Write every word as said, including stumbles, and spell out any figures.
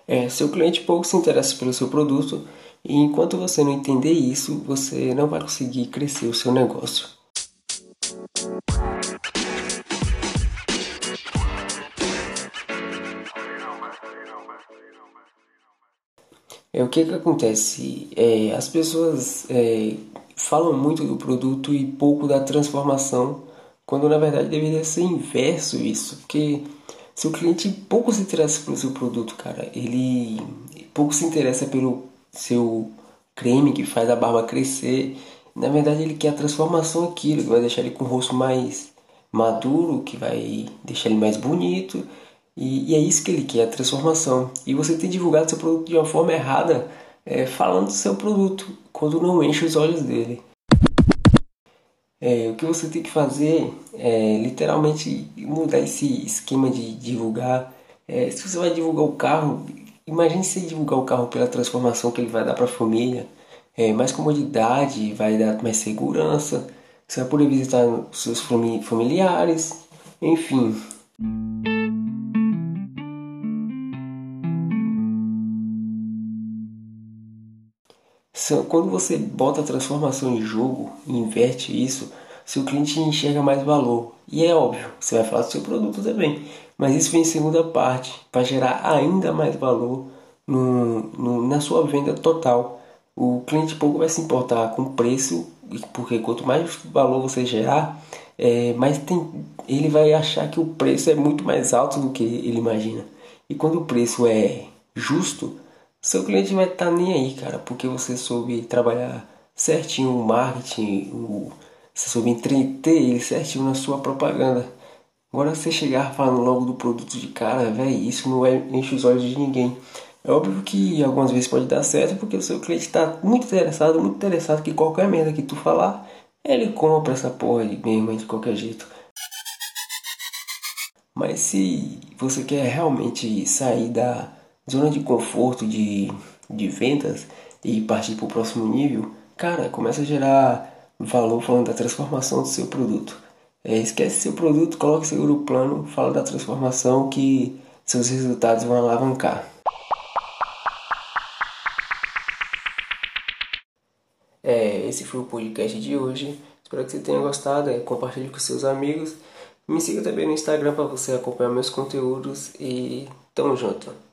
É, seu cliente pouco se interessa pelo seu produto e enquanto você não entender isso, você não vai conseguir crescer o seu negócio. É, o que que acontece? É, as pessoas é, falam muito do produto e pouco da transformação, quando na verdade deveria ser inverso isso, porque se o cliente pouco se interessa pelo seu produto, cara, ele pouco se interessa pelo seu creme que faz a barba crescer, na verdade ele quer a transformação aquilo, que vai deixar ele com o rosto mais maduro, que vai deixar ele mais bonito, e, e é isso que ele quer, a transformação. E você tem divulgado seu produto de uma forma errada, é, falando do seu produto, quando não enche os olhos dele. É, o que você tem que fazer é literalmente mudar esse esquema de divulgar. É, se você vai divulgar o carro, imagine se divulgar o carro pela transformação que ele vai dar para a família. É, mais comodidade, vai dar mais segurança. Você vai poder visitar seus familiares, enfim. Quando você bota a transformação em jogo e inverte isso, seu cliente enxerga mais valor. E é óbvio, você vai falar do seu produto também. Mas isso vem em segunda parte, para gerar ainda mais valor no, no, na sua venda total. O cliente pouco vai se importar com o preço, porque quanto mais valor você gerar, é, mais tem, ele vai achar que o preço é muito mais alto do que ele imagina. E quando o preço é justo, seu cliente vai estar nem aí, cara, porque você soube trabalhar certinho o marketing, o, você soube entreter ele certinho na sua propaganda. Agora você chegar falando logo do produto de cara, velho, isso não é, enche os olhos de ninguém. É óbvio que algumas vezes pode dar certo porque o seu cliente está muito interessado, muito interessado que qualquer merda que tu falar, ele compra essa porra de mesmo de qualquer jeito. Mas se você quer realmente sair da zona de conforto de, de vendas e partir para o próximo nível, cara, começa a gerar valor falando da transformação do seu produto. É, esquece seu produto, coloque seguro plano, fala da transformação que seus resultados vão alavancar. É, esse foi o podcast de hoje. Espero que você tenha gostado. É, compartilhe com seus amigos. Me siga também no Instagram para você acompanhar meus conteúdos. E tamo junto.